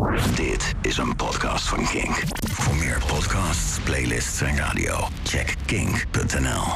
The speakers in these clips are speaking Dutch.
Dit is een podcast van Kink. Voor meer podcasts, playlists en radio, check kink.nl.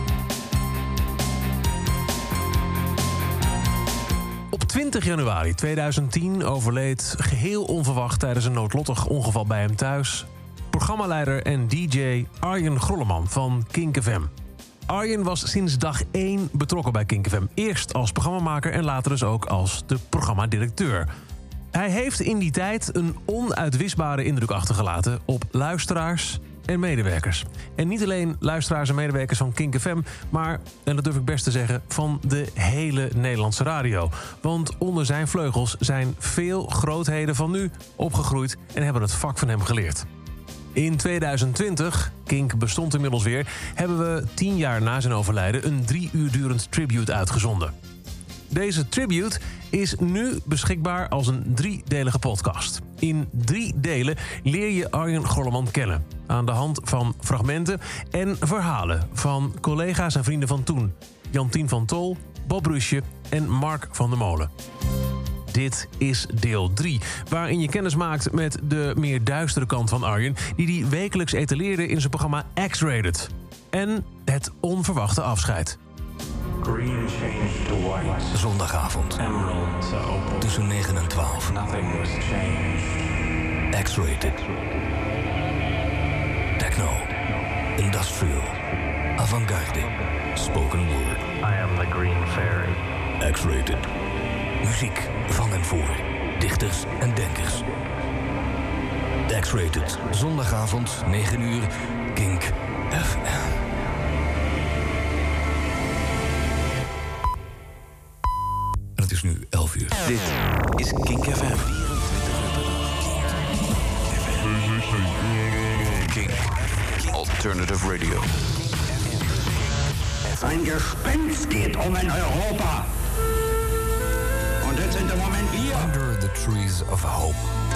Op 20 januari 2010 overleed geheel onverwacht tijdens een noodlottig ongeval bij hem thuis programmaleider en DJ Arjen Grolleman van Kink FM. Arjen was sinds dag 1 betrokken bij Kink FM. Eerst als programmamaker en later dus ook als de programmadirecteur. Hij heeft in die tijd een onuitwisbare indruk achtergelaten op luisteraars en medewerkers. En niet alleen luisteraars en medewerkers van Kink FM, maar, en dat durf ik best te zeggen, van de hele Nederlandse radio. Want onder zijn vleugels zijn veel grootheden van nu opgegroeid en hebben het vak van hem geleerd. In 2020, Kink bestond inmiddels weer, hebben we 10 jaar na zijn overlijden een 3 uur durend tribute uitgezonden. Deze tribute is nu beschikbaar als een 3-delige podcast. In 3 delen leer je Arjen Grolleman kennen. Aan de hand van fragmenten en verhalen van collega's en vrienden van toen. Jantien van Tol, Bob Rusje en Mark van der Molen. Dit is deel 3, waarin je kennis maakt met de meer duistere kant van Arjen, die hij wekelijks etaleerde in zijn programma X-Rated. En het onverwachte afscheid. Green changed to white. Zondagavond. Emerald to opal. Tussen 9 en 12. Nothing was changed. X-Rated. Techno. Industrial. Avant-garde. Spoken word. I am the green fairy. X-Rated. Muziek van en voor. Dichters en denkers. X-Rated. Zondagavond, 9 uur. Kink FM. En het is nu 11 uur. Dit is Kink FM. Kink. Alternative Radio. Ein Gespenst geht in Europa. Und jetzt sind im Moment wir. Under the Trees of Hope.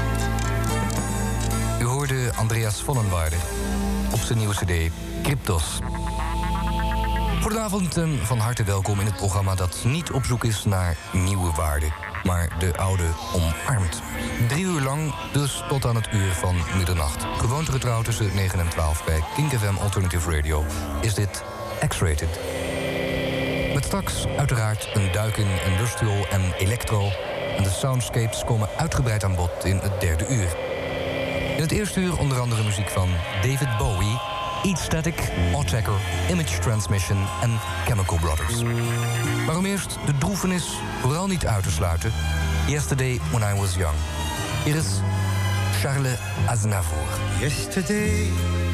U hoorde Andreas Vollenwaarde op zijn nieuwe cd Cryptos. Goedenavond en van harte welkom in het programma dat niet op zoek is naar nieuwe waarden, maar de oude omarmt. 3 uur lang, dus tot aan het uur van middernacht. Gewoontegetrouw tussen 9 en 12 bij Kink FM Alternative Radio is dit X-Rated. Met straks uiteraard een duik in industrial en electro. En de soundscapes komen uitgebreid aan bod in het 3e uur. In het eerste uur onder andere muziek van David Bowie, Eat Static, Attacker, Image Transmission en Chemical Brothers. Maar om eerst de droefenis vooral niet uit te sluiten. Yesterday When I Was Young. Hier is Charles Aznavour. Yesterday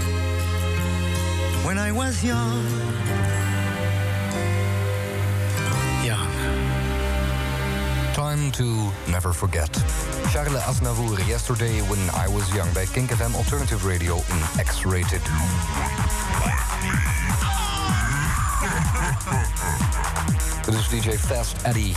when I was young. Time to Never Forget. Charles Aznavour, Yesterday When I Was Young bij Kink FM Alternative Radio in X-Rated. Dit is DJ Fast Eddie.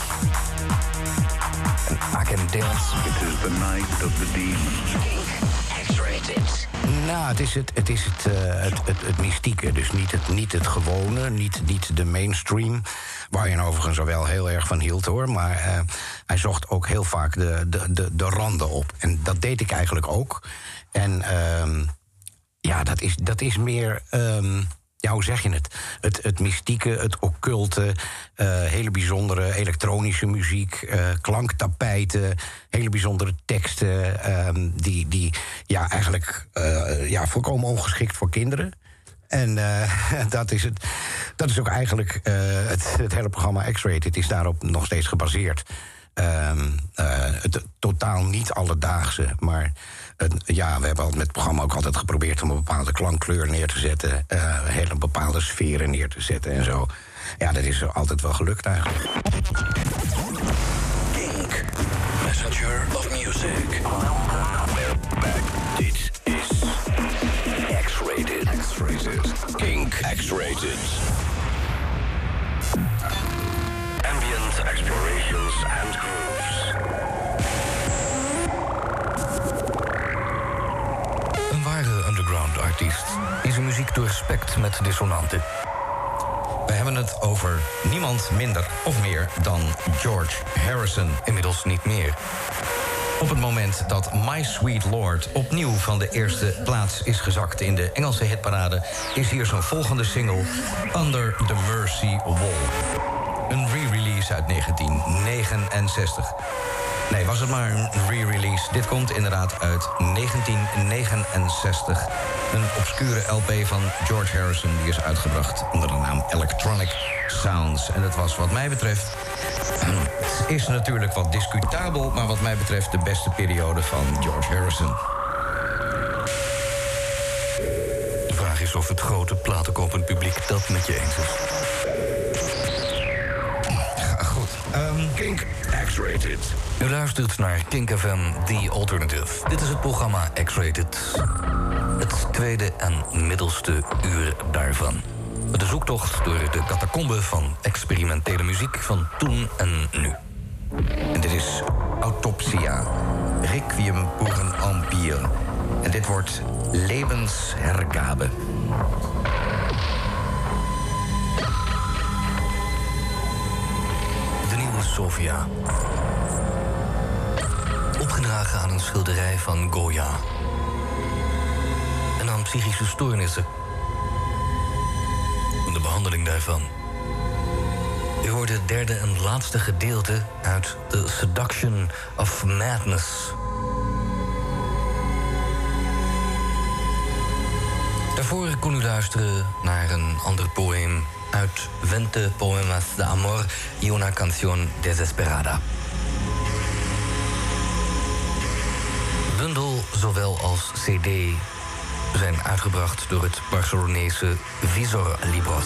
En I Can Dance. It is the night of the demons. X-rated. Nou, het is het mystieke. Dus niet het gewone, niet de mainstream. Waar je overigens al wel heel erg van hield, hoor. Maar hij zocht ook heel vaak de randen op. En dat deed ik eigenlijk ook. En ja, dat is meer... ja, hoe zeg je het? Het mystieke, het occulte, hele bijzondere elektronische muziek, klanktapijten, hele bijzondere teksten, die ja, eigenlijk volkomen ongeschikt voor kinderen. En dat is ook eigenlijk het hele programma X-Rated is daarop nog steeds gebaseerd. Het totaal niet alledaagse, maar ja, we hebben met het programma ook altijd geprobeerd om een bepaalde klankkleur neer te zetten, hele bepaalde sferen neer te zetten en zo. Ja, dat is altijd wel gelukt eigenlijk. Kink. Messenger of Music. Dit is X-Rated. X-Rated. Kink X-Rated. Ambient explorations and grooves. Een ware underground artiest die zijn muziek doorspekt met dissonanten. We hebben het over niemand minder of meer dan George Harrison. Inmiddels niet meer. Op het moment dat My Sweet Lord opnieuw van de eerste plaats is gezakt in de Engelse hitparade, is hier zijn volgende single Under the Mercy Wall. Een re-release uit 1969. Nee, was het maar een re-release. Dit komt inderdaad uit 1969. Een obscure LP van George Harrison, die is uitgebracht onder de naam Electronic Sounds. En het was wat mij betreft, het is natuurlijk wat discutabel, maar wat mij betreft de beste periode van George Harrison. De vraag is of het grote platenkopend publiek dat met je eens is. Goed. Kink X-Rated. U luistert naar Kink FM, The Alternative. Dit is het programma X-Rated. Het tweede en middelste uur daarvan. Met de zoektocht door de catacomben van experimentele muziek van toen en nu. En dit is Autopsia. Requiem pour un Empire. En dit wordt Lebenshergabe. De nieuwe Sofia. Opgedragen aan een schilderij van Goya. En aan psychische stoornissen. En de behandeling daarvan. U hoort het derde en laatste gedeelte uit The Seduction of Madness. Daarvoor kon u luisteren naar een ander poëem uit 20 Poemas de Amor y una Canción Desesperada. Bundel zowel als cd zijn uitgebracht door het Barcelonese Visor Libros.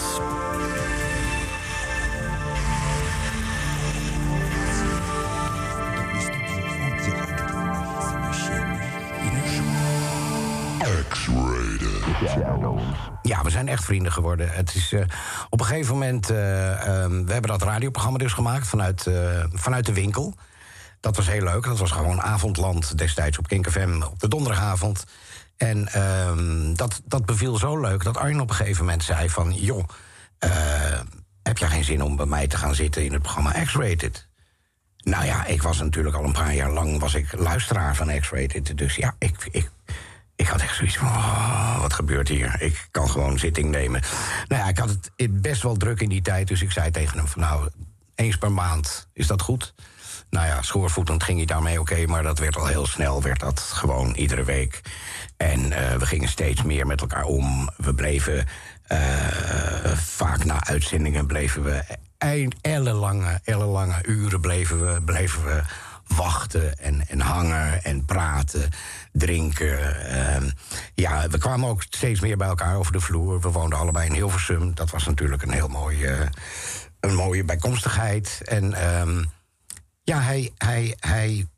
Ja, we zijn echt vrienden geworden. Het is op een gegeven moment... we hebben dat radioprogramma dus gemaakt vanuit de winkel. Dat was heel leuk. Dat was gewoon avondland destijds op Kink FM op de donderdagavond. En dat beviel zo leuk dat Arjen op een gegeven moment zei van... joh, heb jij geen zin om bij mij te gaan zitten in het programma X-Rated? Nou ja, ik was natuurlijk al een paar jaar lang luisteraar van X-Rated. Dus ja, ik had echt zoiets van, wat gebeurt hier? Ik kan gewoon zitting nemen. Nou ja, ik had het best wel druk in die tijd. Dus ik zei tegen hem van, nou, eens per maand, is dat goed? Nou ja, schoorvoetend ging hij daarmee oké, maar dat werd al heel snel, werd dat gewoon iedere week. En we gingen steeds meer met elkaar om. We bleven vaak na uitzendingen bleven we ellenlange uren bleven we wachten en hangen en praten, drinken. Ja, we kwamen ook steeds meer bij elkaar over de vloer. We woonden allebei in Hilversum. Dat was natuurlijk een heel mooie bijkomstigheid. En ja, hij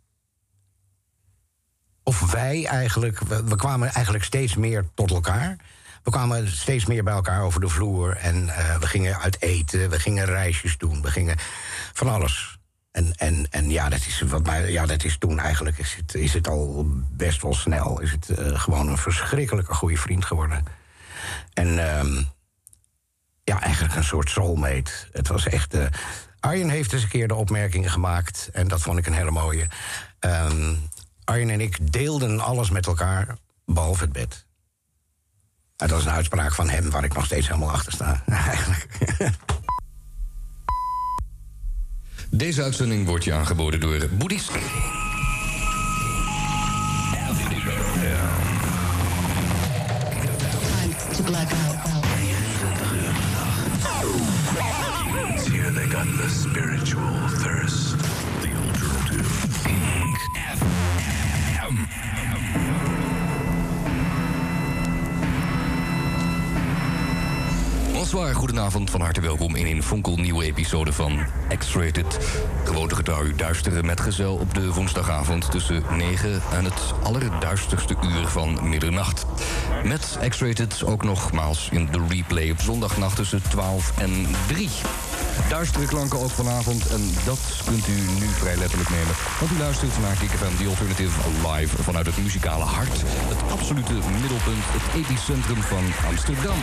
of wij eigenlijk, we kwamen eigenlijk steeds meer tot elkaar. We kwamen steeds meer bij elkaar over de vloer. En we gingen uit eten, we gingen reisjes doen, we gingen van alles. En ja, dat is toen eigenlijk, is het al best wel snel. Is het gewoon een verschrikkelijke goede vriend geworden. En ja, eigenlijk een soort soulmate. Het was echt... Arjen heeft eens een keer de opmerking gemaakt, en dat vond ik een hele mooie. Arjen en ik deelden alles met elkaar, behalve het bed. En dat is een uitspraak van hem waar ik nog steeds helemaal achter sta, eigenlijk. Deze uitzending wordt je aangeboden door Boeddhist. Here they got the spiritual thirst. The alternative. Kink FM. Bonsoir, goedenavond, van harte welkom in een fonkelnieuwe episode van X-Rated. Gewoontegetrouw uw duistere metgezel op de woensdagavond tussen 9 en het allerduisterste uur van middernacht. Met X-Rated ook nogmaals in de replay op zondagnacht tussen 12 en 3. Duistere klanken ook vanavond en dat kunt u nu vrij letterlijk nemen. Want u luistert naar Kink FM, The Alternative live vanuit het muzikale hart. Het absolute middelpunt, het epicentrum van Amsterdam.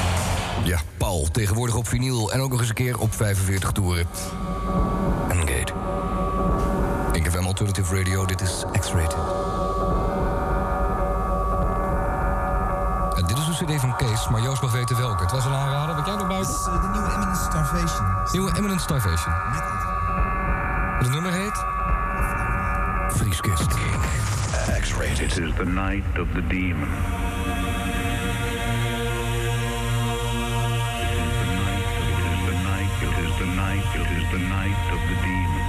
Ja, Paul, tegenwoordig op vinyl en ook nog eens een keer op 45 toeren. Engage. Alternative Radio. Dit is X-Rated. En dit is een cd van Kees, maar Joost mag weten welke. Het was een aanrader. Wat jij nog buiten? Dit is de nieuwe Eminent Starvation. Nieuwe Eminent Starvation. Het nummer heet... Vrieskist. X-Rated. It is the night of the demon. It is the night of the demon.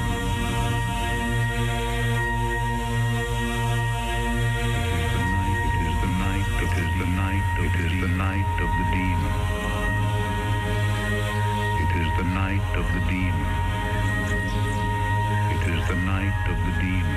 It is the night of the demon. It is the night of the demon. It is the night of the demon. It is the night of the demon.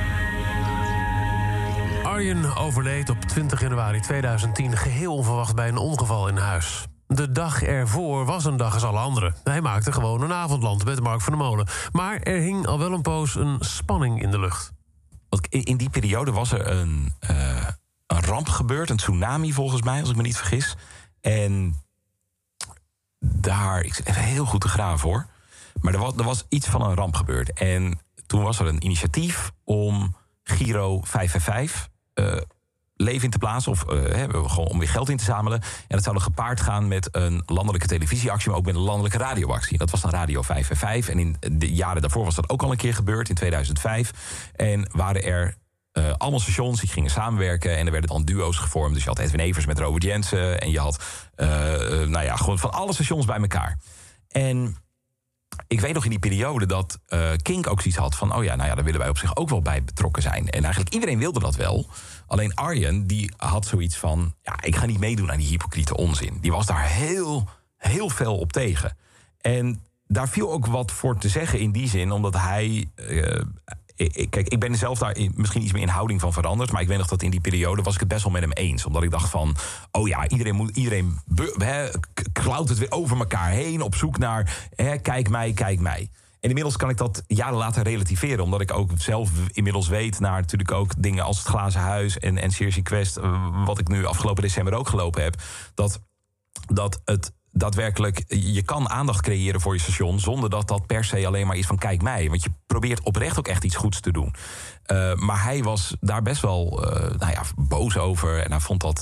Arjen overleed op 20 januari 2010 geheel onverwacht bij een ongeval in huis. De dag ervoor was een dag als alle anderen. Hij maakte gewoon een avondland met Mark van der Molen. Maar er hing al wel een poos een spanning in de lucht. Want in die periode was er een ramp gebeurd, een tsunami volgens mij, als ik me niet vergis. En daar, ik zit even heel goed te graven hoor, maar er was iets van een ramp gebeurd. En toen was er een initiatief om Giro 555 leven in te plaatsen, of gewoon om weer geld in te zamelen. En dat zou dan gepaard gaan met een landelijke televisieactie, maar ook met een landelijke radioactie. Dat was dan Radio 555. En in de jaren daarvoor was dat ook al een keer gebeurd, in 2005. En waren er allemaal stations die gingen samenwerken. En er werden dan duo's gevormd. Dus je had Edwin Evers met Robert Jensen. En je had gewoon van alle stations bij elkaar. En ik weet nog in die periode dat Kink ook zoiets had van... daar willen wij op zich ook wel bij betrokken zijn. En eigenlijk iedereen wilde dat wel. Alleen Arjen, die had zoiets van... ik ga niet meedoen aan die hypocriete onzin. Die was daar heel, heel fel op tegen. En daar viel ook wat voor te zeggen in die zin, omdat hij... Kijk, ik ben zelf daar misschien iets meer in houding van veranderd. Maar ik weet nog dat in die periode was ik het best wel met hem eens. Omdat ik dacht van, iedereen klauwt het weer over elkaar heen. Op zoek naar, kijk mij. En inmiddels kan ik dat jaren later relativeren. Omdat ik ook zelf inmiddels weet naar natuurlijk ook dingen als het Glazen Huis en Sergi Quest. Wat ik nu afgelopen december ook gelopen heb. Dat het daadwerkelijk, je kan aandacht creëren voor je station zonder dat dat per se alleen maar is van kijk mij. Want je probeert oprecht ook echt iets goeds te doen. Maar hij was daar best wel boos over. En hij vond dat,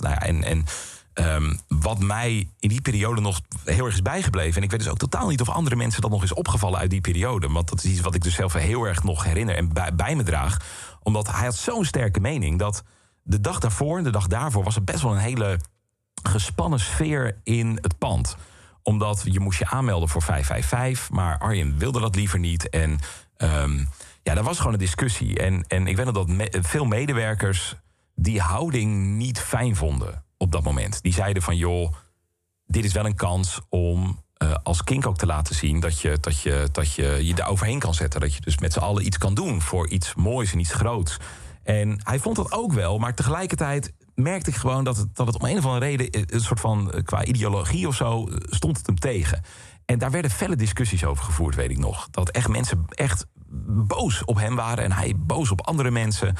wat mij in die periode nog heel erg is bijgebleven. En ik weet dus ook totaal niet of andere mensen dat nog is opgevallen uit die periode. Want dat is iets wat ik dus zelf heel erg nog herinner en bij me draag. Omdat hij had zo'n sterke mening dat de dag daarvoor en de dag daarvoor was er best wel een hele gespannen sfeer in het pand. Omdat je moest je aanmelden voor 555, maar Arjen wilde dat liever niet. En daar was gewoon een discussie. En ik weet nog dat veel medewerkers die houding niet fijn vonden op dat moment. Die zeiden van, joh, dit is wel een kans om als Kink ook te laten zien dat je daar overheen kan zetten. Dat je dus met z'n allen iets kan doen voor iets moois en iets groots. En hij vond dat ook wel, maar tegelijkertijd merkte ik gewoon dat het om een of andere reden, een soort van qua ideologie of zo, stond het hem tegen. En daar werden felle discussies over gevoerd, weet ik nog. Dat echt mensen echt boos op hem waren en hij boos op andere mensen.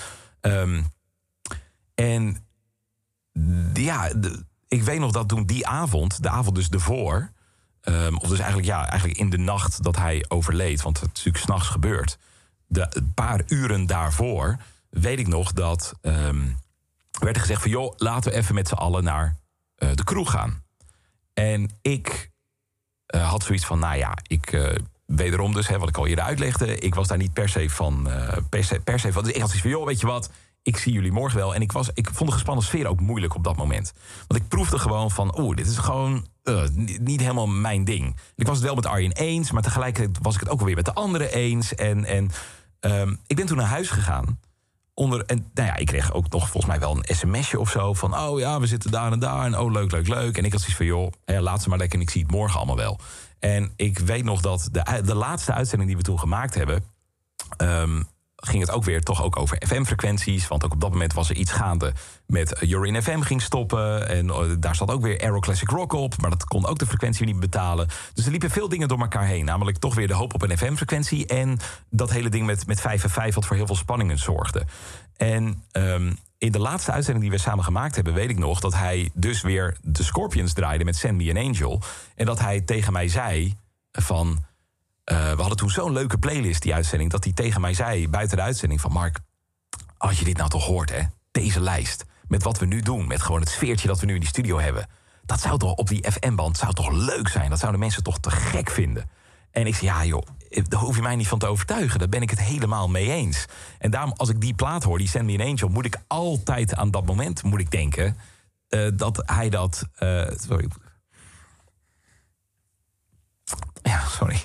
Ik weet nog dat toen die avond, de avond dus ervoor, of dus eigenlijk in de nacht dat hij overleed, want het is natuurlijk 's nachts gebeurd. Een paar uren daarvoor weet ik nog dat werd er gezegd van, joh, laten we even met z'n allen naar de kroeg gaan. En ik had zoiets van, wederom dus, wat ik al eerder uitlegde, ik was daar niet per se van. Dus ik had zoiets van, joh, weet je wat, ik zie jullie morgen wel. En ik vond de gespannen sfeer ook moeilijk op dat moment. Want ik proefde gewoon van, dit is gewoon niet helemaal mijn ding. Ik was het wel met Arjen eens, maar tegelijkertijd was ik het ook weer met de anderen eens. En ik ben toen naar huis gegaan. Ik kreeg ook nog volgens mij wel een sms'je of zo van, we zitten daar en daar en leuk. En ik had zoiets van, joh, laat ze maar lekker en ik zie het morgen allemaal wel. En ik weet nog dat de laatste uitzending die we toen gemaakt hebben, ging het ook weer toch ook over FM-frequenties. Want ook op dat moment was er iets gaande met Jorin FM ging stoppen. En daar zat ook weer Aero Classic Rock op. Maar dat kon ook de frequentie niet betalen. Dus er liepen veel dingen door elkaar heen. Namelijk toch weer de hoop op een FM-frequentie. En dat hele ding met 555 wat voor heel veel spanningen zorgde. En in de laatste uitzending die we samen gemaakt hebben, weet ik nog dat hij dus weer de Scorpions draaide met Send Me an Angel. En dat hij tegen mij zei van, we hadden toen zo'n leuke playlist, die uitzending, dat hij tegen mij zei, buiten de uitzending, van Mark, als je dit nou toch hoort, hè, deze lijst, met wat we nu doen, met gewoon het sfeertje dat we nu in die studio hebben, dat zou toch op die FM-band zou toch leuk zijn? Dat zouden mensen toch te gek vinden? En ik zei, ja joh, daar hoef je mij niet van te overtuigen. Daar ben ik het helemaal mee eens. En daarom, als ik die plaat hoor, die Send Me an Angel, moet ik altijd aan dat moment denken dat hij dat... sorry. Ja, sorry.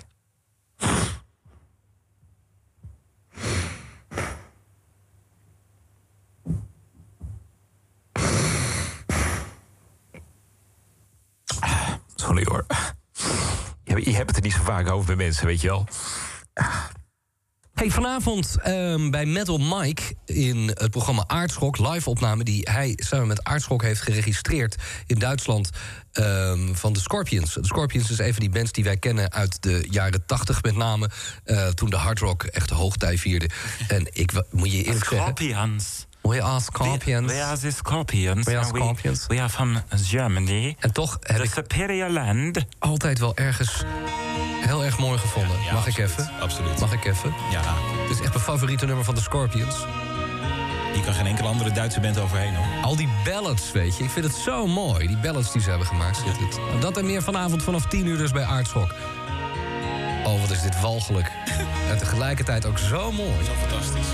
Sorry hoor. Je hebt het er niet zo vaak over bij mensen, weet je wel. Hey, vanavond bij Metal Mike in het programma Aardschok, live-opname die hij samen met Aardschok heeft geregistreerd in Duitsland van de Scorpions. De Scorpions is een van die bands die wij kennen uit de jaren 80 met name, toen de hardrock echt de hoogtij vierde. En ik moet je eerlijk zeggen... Scorpions. We are Scorpions. We are the Scorpions. We are Scorpions. We are from Germany. En toch heb ik superior land altijd wel ergens heel erg mooi gevonden. Ja, Mag absoluut, ik even? Absoluut. Mag ik even? Ja. Het is echt mijn favoriete nummer van de Scorpions. Hier kan geen enkele andere Duitse band overheen, hoor. Al die ballads, weet je. Ik vind het zo mooi. Die ballads die ze hebben gemaakt. En dat en meer vanavond vanaf 10 uur dus bij Aardschok. Oh, wat is dit walgelijk. En tegelijkertijd ook zo mooi. Zo fantastisch.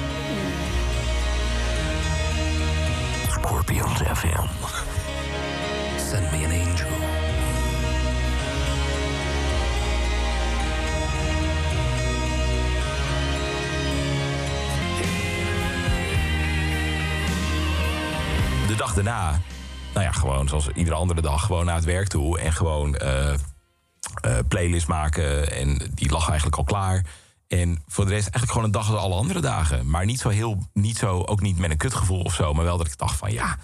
Scorpions FM. Send me an angel. De dag daarna, nou ja, gewoon zoals iedere andere dag, gewoon naar het werk toe en gewoon playlist maken. En die lag eigenlijk al klaar. En voor de rest eigenlijk gewoon een dag als alle andere dagen. Maar niet zo, ook niet met een kutgevoel of zo. Maar wel dat ik dacht van ja,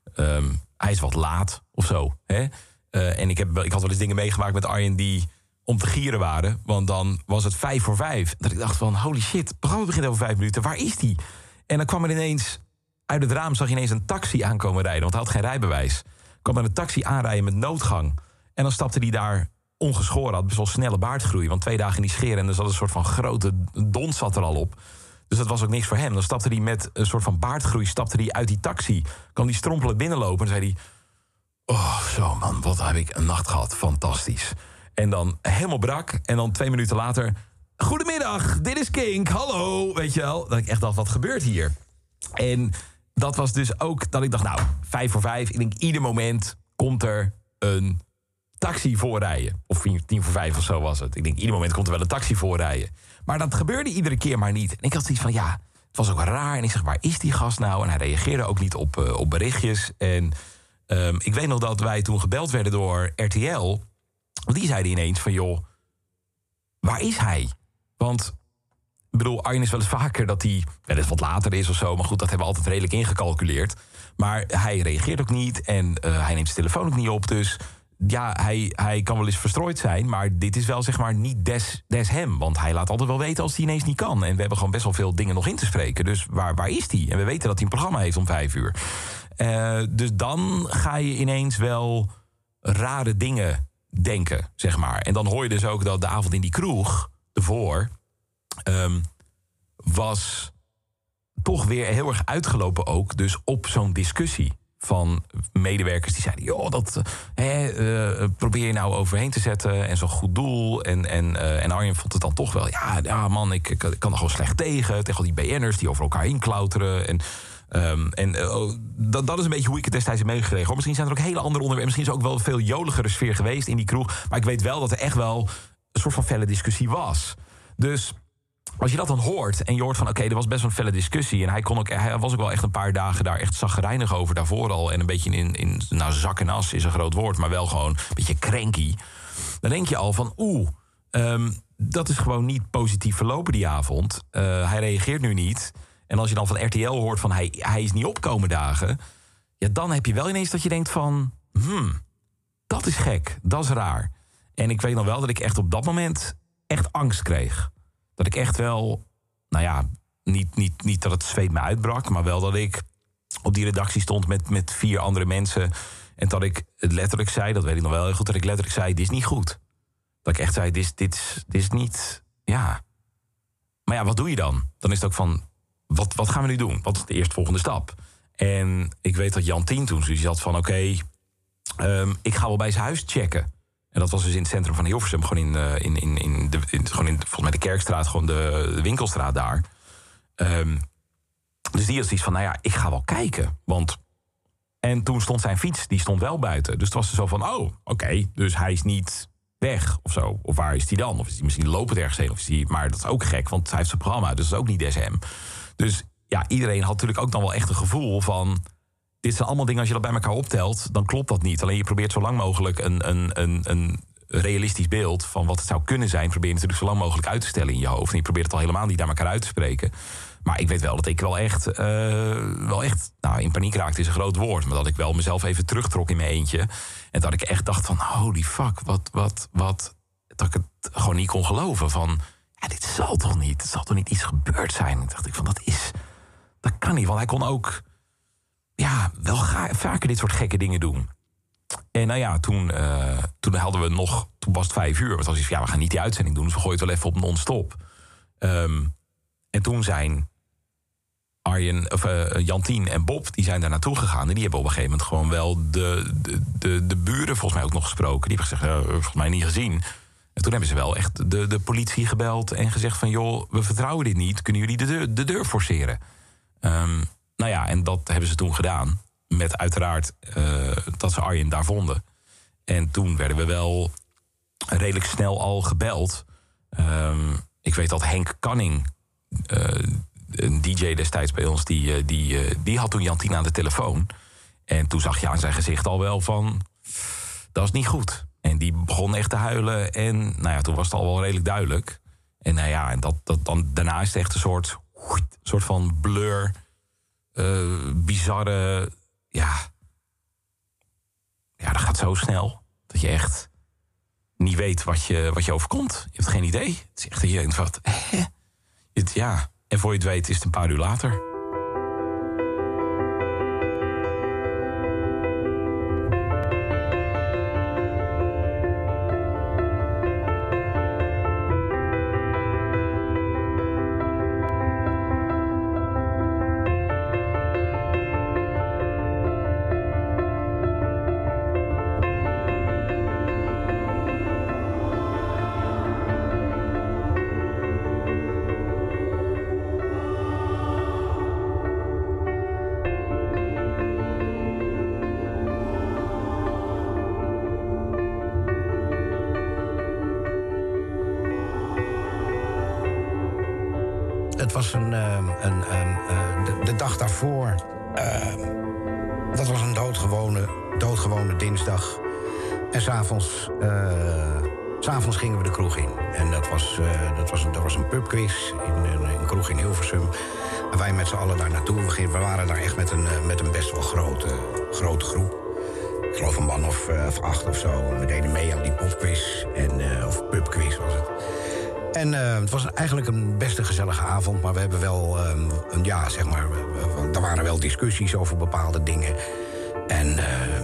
hij is wat laat of zo. Hè? En ik had wel eens dingen meegemaakt met Arjen die om te gieren waren. Want dan was het 5:45. Dat ik dacht van holy shit, het programma begint over 5 minuten. Waar is die? En dan kwam er ineens, uit het raam zag je ineens een taxi aankomen rijden. Want hij had geen rijbewijs. Kwam er een taxi aanrijden met noodgang. En dan stapte hij daar ongeschoren, had best wel snelle baardgroei. Want 2 dagen in die scheren en er zat een soort van grote dont zat er al op. Dus dat was ook niks voor hem. Dan stapte hij met een soort van baardgroei uit die taxi. Kwam die strompelend binnenlopen en zei hij, oh, zo man, wat heb ik een nacht gehad. Fantastisch. En dan helemaal brak. En dan 2 minuten later, goedemiddag, dit is Kink, hallo. Weet je wel, dat ik echt dacht, wat gebeurt hier? En dat was dus ook dat ik dacht, nou, 5:45. Ik denk, ieder moment komt er een taxi voorrijden. Of 4:45 of zo was het. Ik denk, ieder moment komt er wel een taxi voorrijden. Maar dat gebeurde iedere keer maar niet. En ik had zoiets van, ja, het was ook raar. En ik zeg, waar is die gast nou? En hij reageerde ook niet op berichtjes. En ik weet nog dat wij toen gebeld werden door RTL. Want die zeiden ineens van, joh, waar is hij? Want, ik bedoel, Arjen is wel eens vaker dat hij wel eens wat later is of zo. Maar goed, dat hebben we altijd redelijk ingecalculeerd. Maar hij reageert ook niet. En hij neemt zijn telefoon ook niet op. Dus ja, hij kan wel eens verstrooid zijn. Maar dit is wel zeg maar niet des hem. Want hij laat altijd wel weten als hij ineens niet kan. En we hebben gewoon best wel veel dingen nog in te spreken. Dus waar is hij? En we weten dat hij een programma heeft om 5 uur. Dus dan ga je ineens wel rare dingen denken, zeg maar. En dan hoor je dus ook dat de avond in die kroeg ervoor was toch weer heel erg uitgelopen ook. Dus op zo'n discussie van medewerkers die zeiden, joh, dat probeer je nou overheen te zetten en zo'n goed doel. En Arjen vond het dan toch wel, ja man, ik kan er gewoon slecht tegen al die BN'ers die over elkaar heen klauteren. Dat is een beetje hoe ik het destijds heb meegekregen. Hoor. Misschien zijn er ook hele andere onderwerpen. Misschien is er ook wel een veel joligere sfeer geweest in die kroeg. Maar ik weet wel dat er echt wel een soort van felle discussie was. Dus als je dat dan hoort en je hoort van, oké, er was best wel een felle discussie. En hij was ook wel echt een paar dagen daar echt chagrijnig over daarvoor al. En een beetje in zak en as is een groot woord. Maar wel gewoon een beetje cranky. Dan denk je al van, dat is gewoon niet positief verlopen die avond. Hij reageert nu niet. En als je dan van RTL hoort van hij is niet opkomen dagen, ja, dan heb je wel ineens dat je denkt van, dat is gek, dat is raar. En ik weet nog wel dat ik echt op dat moment echt angst kreeg. Dat ik echt wel, nou ja, niet dat het zweet me uitbrak, maar wel dat ik op die redactie stond met 4 andere mensen. En dat ik het letterlijk zei, dat weet ik nog wel heel goed, dat ik letterlijk zei, dit is niet goed. Dat ik echt zei, dit is niet ja. Maar ja, wat doe je dan? Dan is het ook van, wat gaan we nu doen? Wat is de eerstvolgende stap? En ik weet dat Jantien toen zoiets had van, oké, ik ga wel bij zijn huis checken. En dat was dus in het centrum van Hilversum, gewoon in volgens mij de Kerkstraat, gewoon de winkelstraat daar. Dus die had zoiets van, nou ja, ik ga wel kijken. En toen stond zijn fiets, die stond wel buiten. Dus het was er zo van, oké, dus hij is niet weg of zo. Of waar is hij dan? Of is hij misschien lopend ergens heen? Of is hij, maar dat is ook gek, want hij heeft zijn programma, dus dat is ook niet SM. Dus ja, iedereen had natuurlijk ook dan wel echt een gevoel van, dit zijn allemaal dingen, als je dat bij elkaar optelt, dan klopt dat niet. Alleen je probeert zo lang mogelijk een realistisch beeld van wat het zou kunnen zijn, probeer je natuurlijk zo lang mogelijk uit te stellen in je hoofd. En je probeert het al helemaal niet naar elkaar uit te spreken. Maar ik weet wel dat ik wel echt nou, in paniek raakte is een groot woord, maar dat ik wel mezelf even terugtrok in mijn eentje. En dat ik echt dacht van, holy fuck, wat dat ik het gewoon niet kon geloven. Van, ja, dit zal toch niet, er zal toch niet iets gebeurd zijn. En dacht ik van, dat kan niet, want hij kon ook wel vaker dit soort gekke dingen doen. En nou ja, toen hadden we nog, toen was het 5 uur. Want was iets van, we gaan niet die uitzending doen, dus we gooien het wel even op non-stop. En toen zijn Jantien en Bob, die zijn daar naartoe gegaan. En die hebben op een gegeven moment gewoon wel de buren volgens mij ook nog gesproken. Die hebben gezegd, volgens mij niet gezien. En toen hebben ze wel echt de politie gebeld en gezegd van, joh, we vertrouwen dit niet. Kunnen jullie de deur forceren? Nou ja, en dat hebben ze toen gedaan. Met uiteraard dat ze Arjen daar vonden. En toen werden we wel redelijk snel al gebeld. Ik weet dat Henk Canning, een DJ destijds bij ons, die had toen Jantien aan de telefoon. En toen zag je aan zijn gezicht al wel van, dat is niet goed. En die begon echt te huilen. En nou ja, toen was het al wel redelijk duidelijk. En nou ja, en dan daarna is het echt een soort van blur, bizarre, dat gaat zo snel dat je echt niet weet wat je overkomt. Je hebt geen idee. Het is echt dat je denkt, wat? En voor je het weet is het een paar uur later. Het was de dag daarvoor. Dat was een doodgewone dinsdag. En s'avonds gingen we de kroeg in. En dat was een pubquiz in een kroeg in Hilversum. En wij met z'n allen daar naartoe. We waren daar echt met een best wel grote groep. Ik geloof een man of 8 of zo. We deden mee aan die popquiz. Of pubquiz was het. En het was eigenlijk een best een gezellige avond. Maar we hebben wel, er waren wel discussies over bepaalde dingen. En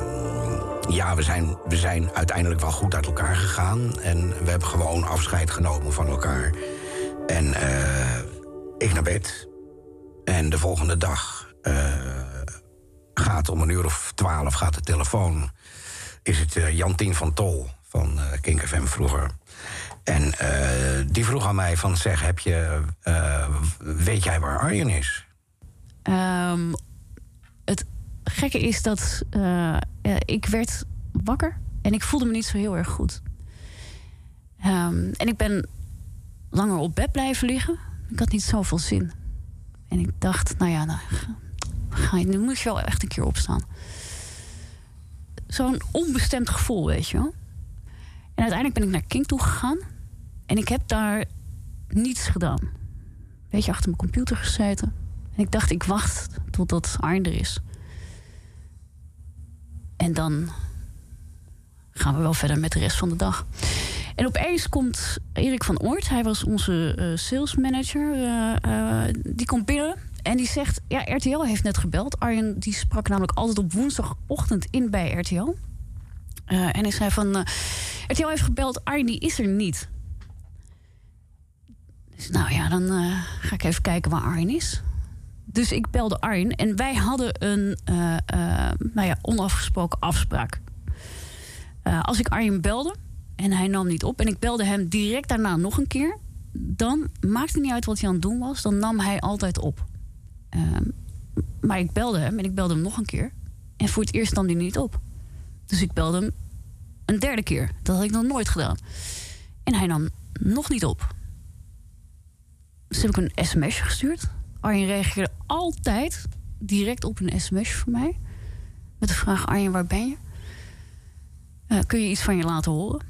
we zijn uiteindelijk wel goed uit elkaar gegaan. En we hebben gewoon afscheid genomen van elkaar. En ik naar bed. En de volgende dag gaat om 12:00 gaat de telefoon. Is het Jantien van Tol van Kink FM vroeger. En die vroeg aan mij van, zeg, weet jij waar Arjen is? Het gekke is dat ik werd wakker en ik voelde me niet zo heel erg goed. En ik ben langer op bed blijven liggen. Ik had niet zoveel zin. En ik dacht, nu moet je wel echt een keer opstaan. Zo'n onbestemd gevoel, weet je wel. En uiteindelijk ben ik naar Kink toe gegaan. En ik heb daar niets gedaan. Een beetje achter mijn computer gezeten. En ik dacht, ik wacht totdat Arjen er is. En dan gaan we wel verder met de rest van de dag. En opeens komt Erik van Oort. Hij was onze sales manager. Die komt binnen. En die zegt, RTL heeft net gebeld. Arjen die sprak namelijk altijd op woensdagochtend in bij RTL. En hij zei van, RTL heeft gebeld, Arjen die is er niet. Dus nou ja, dan ga ik even kijken waar Arjen is. Dus ik belde Arjen en wij hadden een onafgesproken afspraak. Als ik Arjen belde en hij nam niet op... en ik belde hem direct daarna nog een keer... dan maakte het niet uit wat hij aan het doen was... dan nam hij altijd op. Maar ik belde hem en ik belde hem nog een keer... en voor het eerst nam hij niet op. Dus ik belde hem een derde keer. Dat had ik nog nooit gedaan. En hij nam nog niet op. Dus heb ik een sms'je gestuurd. Arjen reageerde altijd direct op een sms'je van mij. Met de vraag, Arjen, waar ben je? Kun je iets van je laten horen?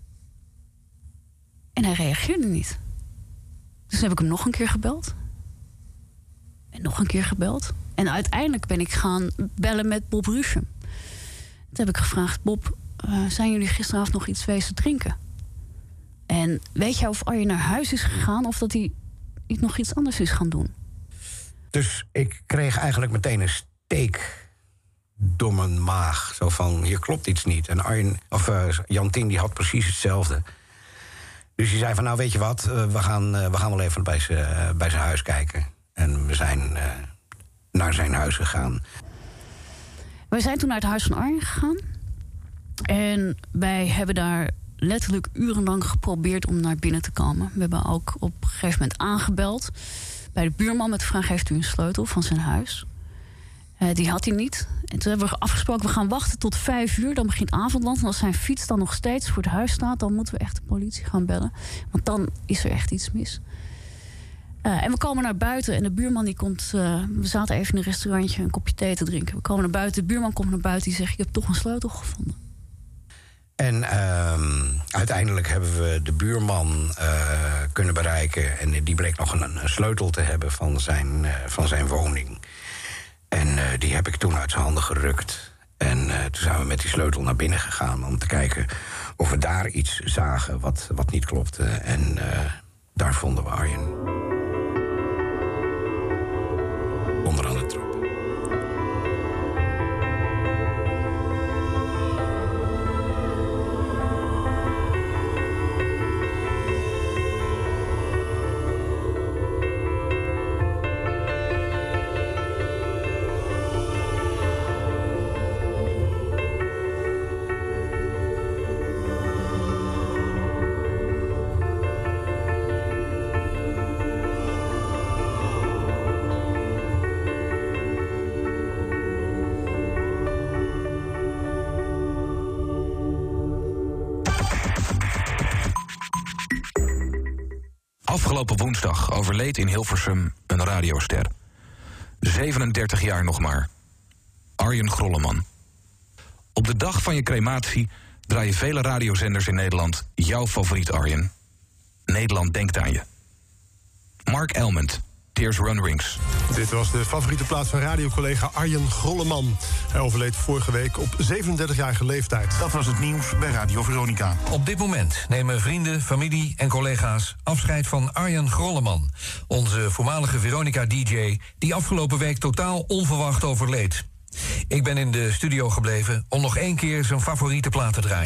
En hij reageerde niet. Dus heb ik hem nog een keer gebeld. En nog een keer gebeld. En uiteindelijk ben ik gaan bellen met Bob Ruschem. Toen heb ik gevraagd, Bob, zijn jullie gisteravond nog iets wezen drinken? En weet jij of Arjen naar huis is gegaan... of dat hij nog iets anders is gaan doen? Dus ik kreeg eigenlijk meteen een steek door mijn maag. Zo van, hier klopt iets niet. En Jantien die had precies hetzelfde. Dus die zei van, nou weet je wat... we gaan wel even bij zijn huis kijken. En we zijn naar zijn huis gegaan. Wij zijn toen naar het huis van Arjen gegaan. En wij hebben daar letterlijk urenlang geprobeerd om naar binnen te komen. We hebben ook op een gegeven moment aangebeld... bij de buurman met de vraag, heeft u een sleutel van zijn huis? Die had hij niet. En toen hebben we afgesproken, we gaan wachten tot 5:00. Dan begint avondland. En als zijn fiets dan nog steeds voor het huis staat... dan moeten we echt de politie gaan bellen. Want dan is er echt iets mis. En we komen naar buiten en de buurman die komt... we zaten even in een restaurantje een kopje thee te drinken. We komen naar buiten, de buurman komt naar buiten... die zegt, ik heb toch een sleutel gevonden. En uiteindelijk hebben we de buurman kunnen bereiken... en die bleek nog een sleutel te hebben van zijn woning. En die heb ik toen uit zijn handen gerukt. En toen zijn we met die sleutel naar binnen gegaan... om te kijken of we daar iets zagen wat niet klopte. En daar vonden we Arjen. Onderaan de trap. Afgelopen woensdag overleed in Hilversum een radioster. 37 jaar nog maar. Arjen Grolleman. Op de dag van je crematie draaien vele radiozenders in Nederland jouw favoriet Arjen. Nederland denkt aan je. Mark Elment, Tears Run Rings. Dit was de favoriete plaats van radiocollega Arjen Grolleman. Hij overleed vorige week op 37-jarige leeftijd. Dat was het nieuws bij Radio Veronica. Op dit moment nemen vrienden, familie en collega's afscheid van Arjen Grolleman. Onze voormalige Veronica-dj die afgelopen week totaal onverwacht overleed. Ik ben in de studio gebleven om nog 1 keer zijn favoriete plaat te draaien.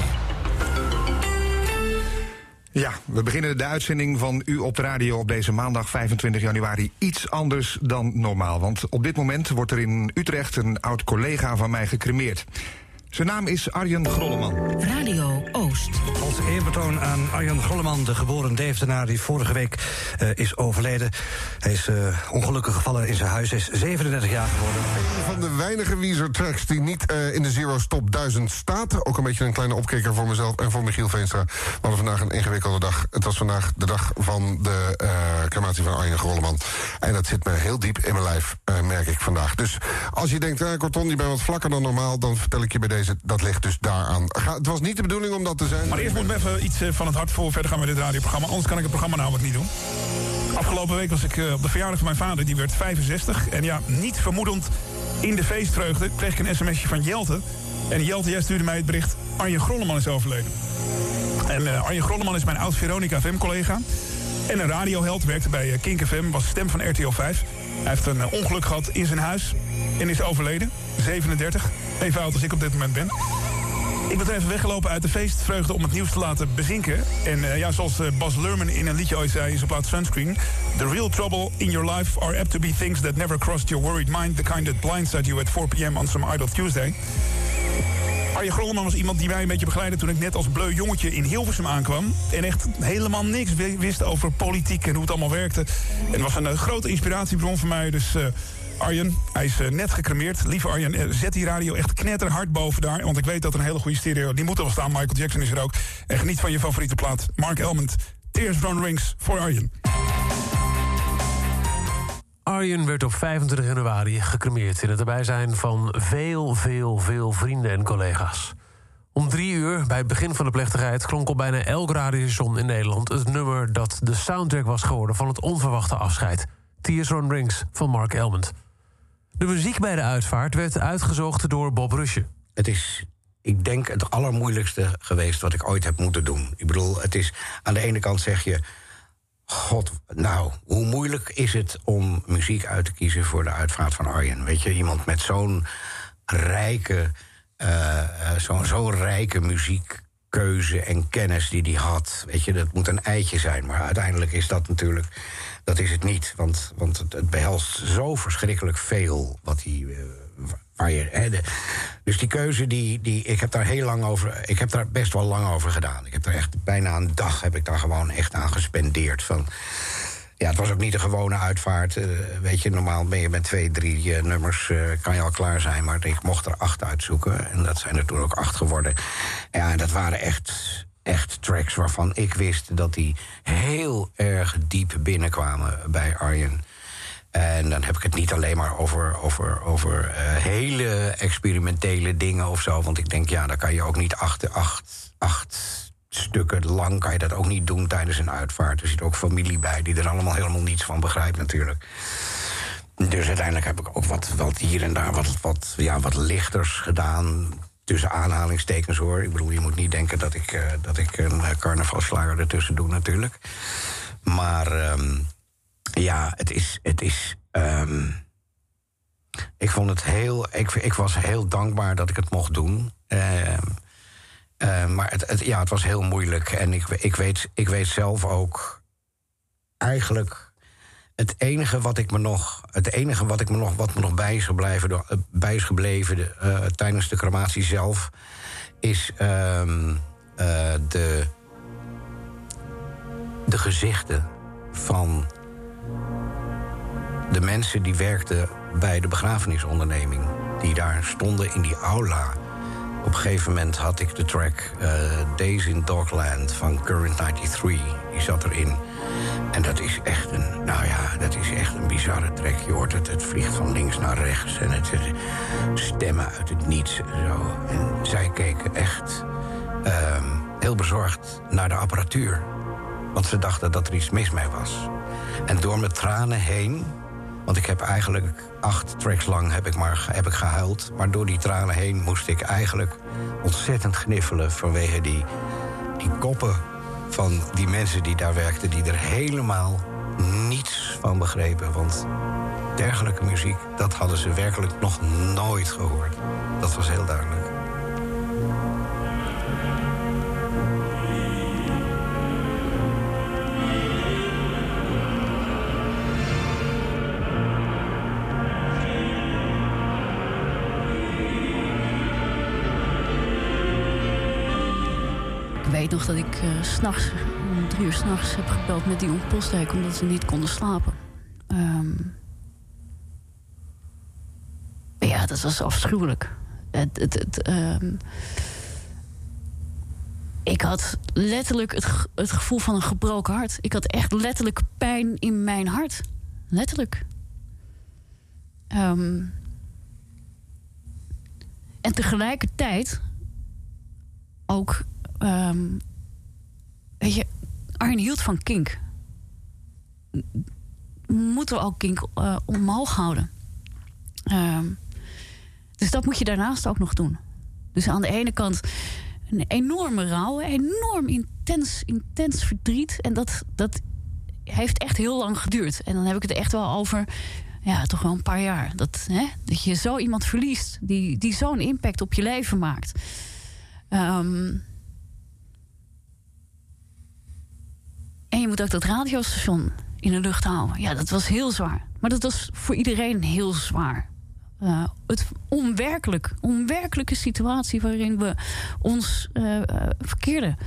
Ja, we beginnen de uitzending van U op de Radio op deze maandag 25 januari iets anders dan normaal. Want op dit moment wordt er in Utrecht een oud collega van mij gecremeerd. Zijn naam is Arjen Grolleman. Radio Oost. Als eerbetoon aan Arjen Grolleman, de geboren Deventenaar die vorige week is overleden. Hij is ongelukkig gevallen in zijn huis. Hij is 37 jaar geworden. Een van de weinige Weezer-tracks die niet in de Zero's Top 1000 staat. Ook een beetje een kleine opkikker voor mezelf en voor Michiel Veenstra. We hadden vandaag een ingewikkelde dag. Het was vandaag de dag van de crematie van Arjen Grolleman. En dat zit me heel diep in mijn lijf, merk ik vandaag. Dus als je denkt, Corton, je bent wat vlakker dan normaal, dan vertel ik je bij deze, dat ligt dus daaraan. Het was niet de bedoeling om dat te zijn. Maar eerst moet me even iets van het hart voor verder gaan met dit radioprogramma. Anders kan ik het programma namelijk niet doen. Afgelopen week was ik op de verjaardag van mijn vader. Die werd 65. En ja, niet vermoedend in de feestvreugde kreeg ik een sms'je van Jelte. En Jelte, jij stuurde mij het bericht: Arjen Grolleman is overleden. En Arjen Grolleman is mijn oud Veronica FM-collega. En een radioheld, werkte bij Kink FM, was stem van RTL 5. Hij heeft een ongeluk gehad in zijn huis en is overleden. 37, even oud als ik op dit moment ben. Ik ben er even weggelopen uit de feestvreugde om het nieuws te laten bezinken. En zoals Baz Luhrmann in een liedje ooit zei in zijn plaat Sunscreen... The real trouble in your life are apt to be things that never crossed your worried mind... the kind that blindside you at 4 p.m. on some idle Tuesday. Arjen Grolleman was iemand die mij een beetje begeleidde... toen ik net als bleu jongetje in Hilversum aankwam... en echt helemaal niks wist over politiek en hoe het allemaal werkte. En het was een grote inspiratiebron voor mij, dus... Arjen, hij is net gecremeerd. Lieve Arjen, zet die radio echt knetterhard boven daar. Want ik weet dat er een hele goede stereo... die moet er wel staan, Michael Jackson is er ook. En geniet van je favoriete plaat. Mark Elmond, Tears From Rings voor Arjen. Arjen werd op 25 januari gecremeerd... in het bijzijn van veel vrienden en collega's. Om 3 uur, bij het begin van de plechtigheid... klonk op bijna elk radiostation in Nederland... het nummer dat de soundtrack was geworden van het onverwachte afscheid. Tears From Rings van Mark Elmond. De muziek bij de uitvaart werd uitgezocht door Bob Rusje. Het is, ik denk, het allermoeilijkste geweest wat ik ooit heb moeten doen. Ik bedoel, het is, aan de ene kant zeg je... God, nou, hoe moeilijk is het om muziek uit te kiezen voor de uitvaart van Arjen? Weet je, iemand met zo'n rijke, zo'n rijke muziekkeuze en kennis die hij had. Weet je, dat moet een eitje zijn. Maar uiteindelijk is dat natuurlijk... Dat is het niet, want het behelst zo verschrikkelijk veel wat hij... Dus die keuze, ik heb daar heel lang over... Ik heb daar best wel lang over gedaan. Ik heb daar echt bijna een dag heb ik daar gewoon echt aan gespendeerd. Ja, het was ook niet een gewone uitvaart. Weet je, normaal ben je met 2, 3 nummers... kan je al klaar zijn, maar ik mocht er 8 uitzoeken. En dat zijn er toen ook 8 geworden. Ja, en dat waren echt tracks waarvan ik wist dat die heel erg diep binnenkwamen bij Arjen. En dan heb ik het niet alleen maar over hele experimentele dingen of zo. Want ik denk, ja, dan kan je ook niet 8 stukken lang... kan je dat ook niet doen tijdens een uitvaart. Er zit ook familie bij die er allemaal helemaal niets van begrijpt natuurlijk. Dus uiteindelijk heb ik ook wat hier en daar wat lichters gedaan... Tussen aanhalingstekens, hoor. Ik bedoel, je moet niet denken dat ik een carnavalsslager ertussen doe, natuurlijk. Maar ja, het is ik vond het ik was heel dankbaar dat ik het mocht doen. Maar het was heel moeilijk. En ik weet zelf ook... Eigenlijk... Het enige wat me nog bij is gebleven tijdens de crematie zelf... is de gezichten van de mensen die werkten bij de begrafenisonderneming. Die daar stonden in die aula. Op een gegeven moment had ik de track Days in Dogland van Current 93. Die zat erin. En dat is echt een bizarre track. Je hoort het vliegt van links naar rechts. En het stemmen uit het niets. En zo. En zij keken echt heel bezorgd naar de apparatuur. Want ze dachten dat er iets mis mee was. En door mijn tranen heen... Want ik heb eigenlijk 8 tracks lang heb ik gehuild. Maar door die tranen heen moest ik eigenlijk ontzettend gniffelen... vanwege die koppen van die mensen die daar werkten... die er helemaal niets van begrepen. Want dergelijke muziek, dat hadden ze werkelijk nog nooit gehoord. Dat was heel duidelijk. Ik weet nog dat ik s'nachts, om 3 uur 's nachts heb gebeld met die Postdijk... omdat ze niet konden slapen. Ja, dat was afschuwelijk. Ik had letterlijk het gevoel van een gebroken hart. Ik had echt letterlijk pijn in mijn hart. Letterlijk. En tegelijkertijd ook... weet je, Arjen hield van kink. Moeten we ook kink omhoog houden. Dus dat moet je daarnaast ook nog doen. Dus aan de ene kant een enorme rouw, enorm intens verdriet. En dat heeft echt heel lang geduurd. En dan heb ik het echt wel over, ja, toch wel een paar jaar. Dat je zo iemand verliest die zo'n impact op je leven maakt. En je moet ook dat radiostation in de lucht houden. Ja, dat was heel zwaar. Maar dat was voor iedereen heel zwaar. Het onwerkelijke situatie waarin we ons verkeerden.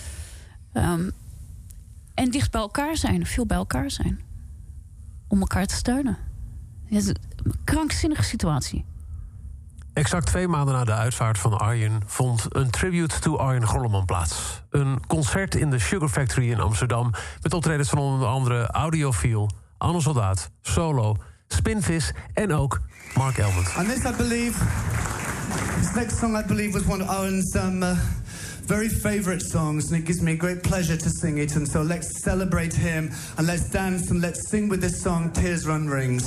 En dicht bij elkaar zijn, veel bij elkaar zijn. Om elkaar te steunen. Ja, het is een krankzinnige situatie. Exact 2 maanden na de uitvaart van Arjen vond een tribute to Arjen Grolleman plaats. Een concert in de Sugar Factory in Amsterdam met optredens van onder andere Audiofiel, Anne Soldaat, Solo, Spinvis en ook Mark Elmond. And this next song I believe was one of Arjen's very favorite songs, and it gives me a great pleasure to sing it. And so let's celebrate him and let's dance and let's sing with this song, Tears Run Rings.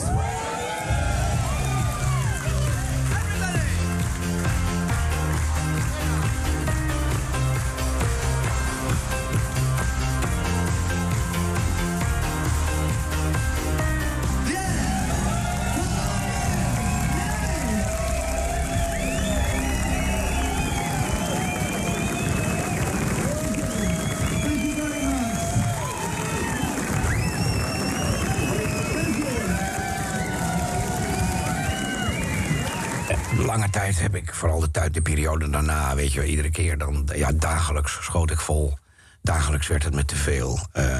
Lange tijd heb ik, vooral de periode daarna, weet je, iedere keer dan, ja, dagelijks schoot ik vol. Dagelijks werd het me te veel.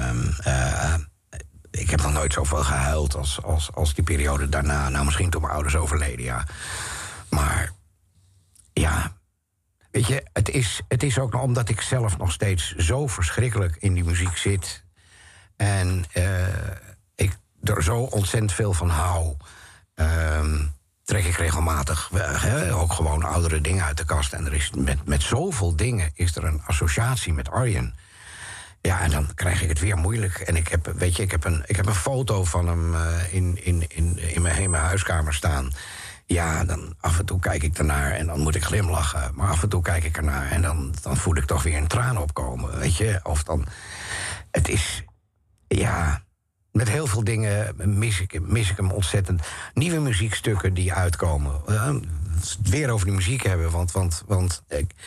Ik heb nog nooit zoveel gehuild als die periode daarna. Nou, misschien toen mijn ouders overleden, ja. Maar, ja, weet je, het is ook nog omdat ik zelf nog steeds zo verschrikkelijk in die muziek zit. En ik er zo ontzettend veel van hou. Trek ik regelmatig ook gewoon oudere dingen uit de kast. En er is met zoveel dingen is er een associatie met Arjen. Ja, en dan krijg ik het weer moeilijk. En ik heb een foto van hem in mijn huiskamer staan. Ja, dan af en toe kijk ik ernaar en dan moet ik glimlachen. Maar af en toe kijk ik ernaar en dan voel ik toch weer een traan opkomen, weet je. Of dan, het is, ja, met heel veel dingen mis ik hem ontzettend. Nieuwe muziekstukken die uitkomen. Het weer over die muziek hebben, want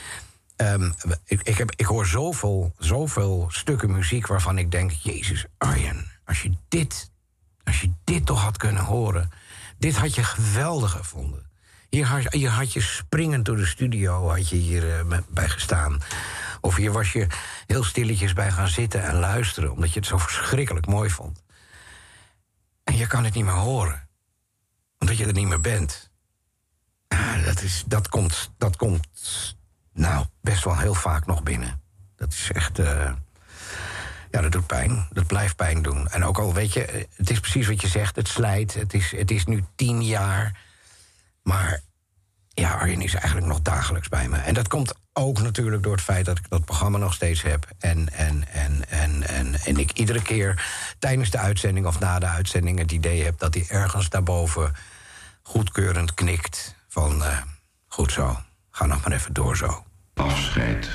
ik hoor zoveel stukken muziek waarvan ik denk, Jezus, Arjen, als je dit toch had kunnen horen. Dit had je geweldig gevonden. Hier had je springend door de studio had je hier bij gestaan. Of hier was je heel stilletjes bij gaan zitten en luisteren, omdat je het zo verschrikkelijk mooi vond. En je kan het niet meer horen. Omdat je er niet meer bent. Dat komt nou best wel heel vaak nog binnen. Dat is echt, ja, dat doet pijn. Dat blijft pijn doen. En ook al, weet je, het is precies wat je zegt. Het slijt. Het is nu 10 jaar. Maar ja, Arjen is eigenlijk nog dagelijks bij me. En dat komt ook natuurlijk door het feit dat ik dat programma nog steeds heb. En ik iedere keer tijdens de uitzending of na de uitzending het idee heb dat hij ergens daarboven goedkeurend knikt. Van, goed zo, ga nog maar even door zo. Afscheid.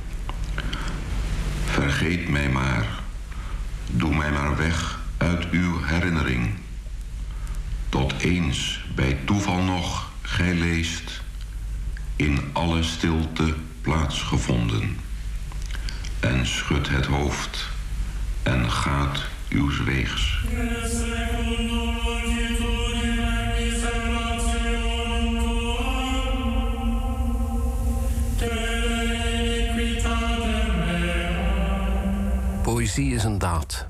Vergeet mij maar. Doe mij maar weg uit uw herinnering. Tot eens bij toeval nog, gij leest, in alle stilte plaatsgevonden. En schudt het hoofd en gaat uws weegs. Poëzie is een daad.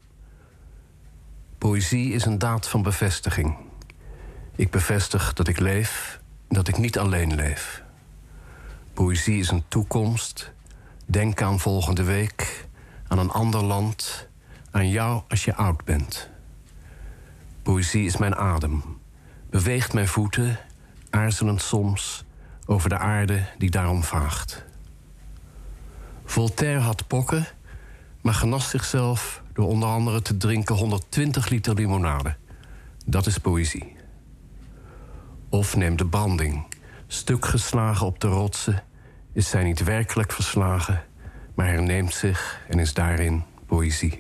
Poëzie is een daad van bevestiging. Ik bevestig dat ik leef, dat ik niet alleen leef. Poëzie is een toekomst. Denk aan volgende week, aan een ander land, aan jou als je oud bent. Poëzie is mijn adem. Beweegt mijn voeten, aarzelend soms, over de aarde die daarom vaagt. Voltaire had pokken, maar genas zichzelf door onder andere te drinken 120 liter limonade. Dat is poëzie. Of neem de branding. Stuk geslagen op de rotsen is zij niet werkelijk verslagen, maar herneemt zich en is daarin poëzie.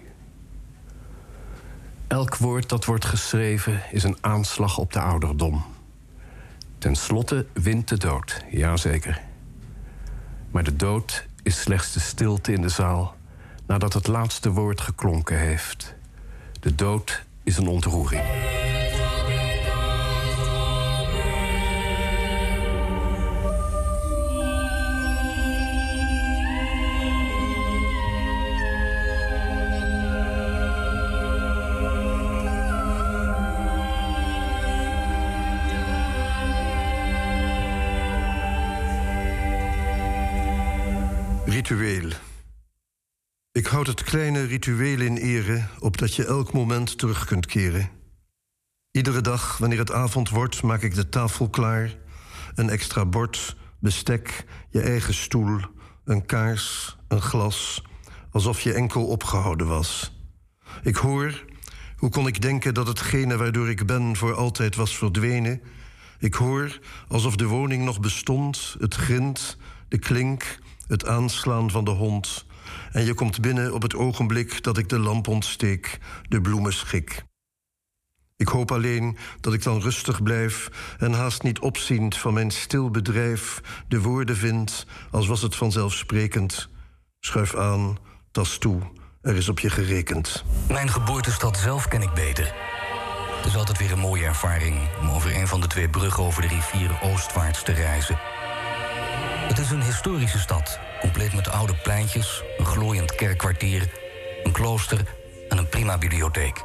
Elk woord dat wordt geschreven is een aanslag op de ouderdom. Ten slotte wint de dood, jazeker. Maar de dood is slechts de stilte in de zaal nadat het laatste woord geklonken heeft. De dood is een ontroering. Ritueel. Ik houd het kleine ritueel in ere, opdat je elk moment terug kunt keren. Iedere dag, wanneer het avond wordt, maak ik de tafel klaar. Een extra bord, bestek, je eigen stoel, een kaars, een glas, alsof je enkel opgehouden was. Ik hoor, hoe kon ik denken dat hetgene waardoor ik ben voor altijd was verdwenen? Ik hoor, alsof de woning nog bestond, het grind, de klink, het aanslaan van de hond. En je komt binnen op het ogenblik dat ik de lamp ontsteek, de bloemen schik. Ik hoop alleen dat ik dan rustig blijf en haast niet opziend van mijn stil bedrijf de woorden vind, als was het vanzelfsprekend. Schuif aan, tas toe, er is op je gerekend. Mijn geboortestad zelf ken ik beter. Het is altijd weer een mooie ervaring om over een van de 2 bruggen over de rivier oostwaarts te reizen. Het is een historische stad, compleet met oude pleintjes, een glooiend kerkkwartier, een klooster en een prima bibliotheek.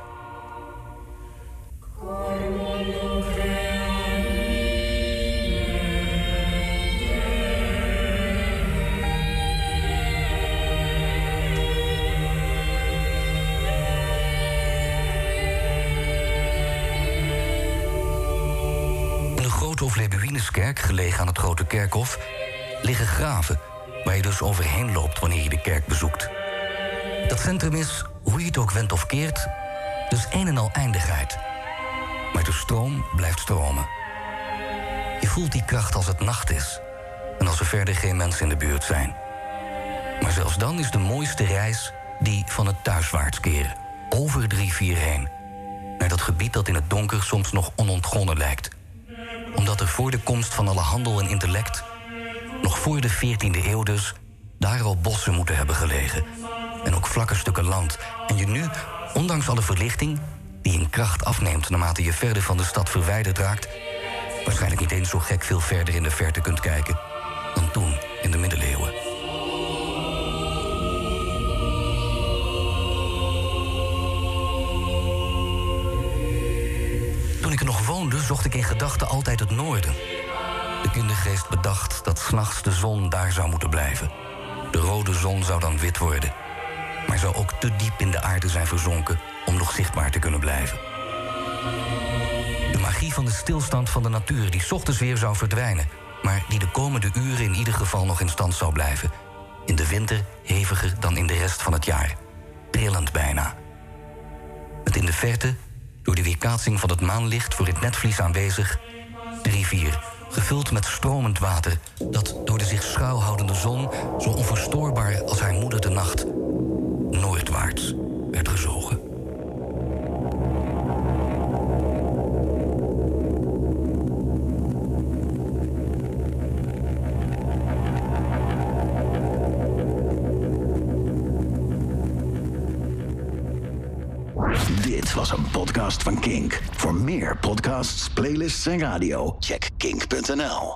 In de grote Of-Lebuinuskerk, gelegen aan het Grote Kerkhof, liggen graven, waar je dus overheen loopt wanneer je de kerk bezoekt. Dat centrum is, hoe je het ook wendt of keert, dus een en al eindigheid. Maar de stroom blijft stromen. Je voelt die kracht als het nacht is en als er verder geen mensen in de buurt zijn. Maar zelfs dan is de mooiste reis die van het thuiswaarts keren, over de rivier heen, naar dat gebied dat in het donker soms nog onontgonnen lijkt. Omdat er voor de komst van alle handel en intellect, nog voor de 14e eeuw dus, daar al bossen moeten hebben gelegen. En ook vlakke stukken land. En je nu, ondanks alle verlichting, die in kracht afneemt naarmate je verder van de stad verwijderd raakt, waarschijnlijk niet eens zo gek veel verder in de verte kunt kijken dan toen in de middeleeuwen. Toen ik er nog woonde, zocht ik in gedachten altijd het noorden. De kindergeest bedacht dat 's nachts de zon daar zou moeten blijven. De rode zon zou dan wit worden, maar zou ook te diep in de aarde zijn verzonken om nog zichtbaar te kunnen blijven. De magie van de stilstand van de natuur die 's ochtends weer zou verdwijnen, maar die de komende uren in ieder geval nog in stand zou blijven. In de winter heviger dan in de rest van het jaar. Trillend bijna. Met in de verte, door de weerkaatsing van het maanlicht voor het netvlies aanwezig, de rivier, gevuld met stromend water dat door de zich schuilhoudende zon zo onverstoorbaar als haar moeder de nacht noordwaarts werd gezogen. Dit was een podcast van Kink. Voor meer podcasts, playlists en radio, check kink.nl.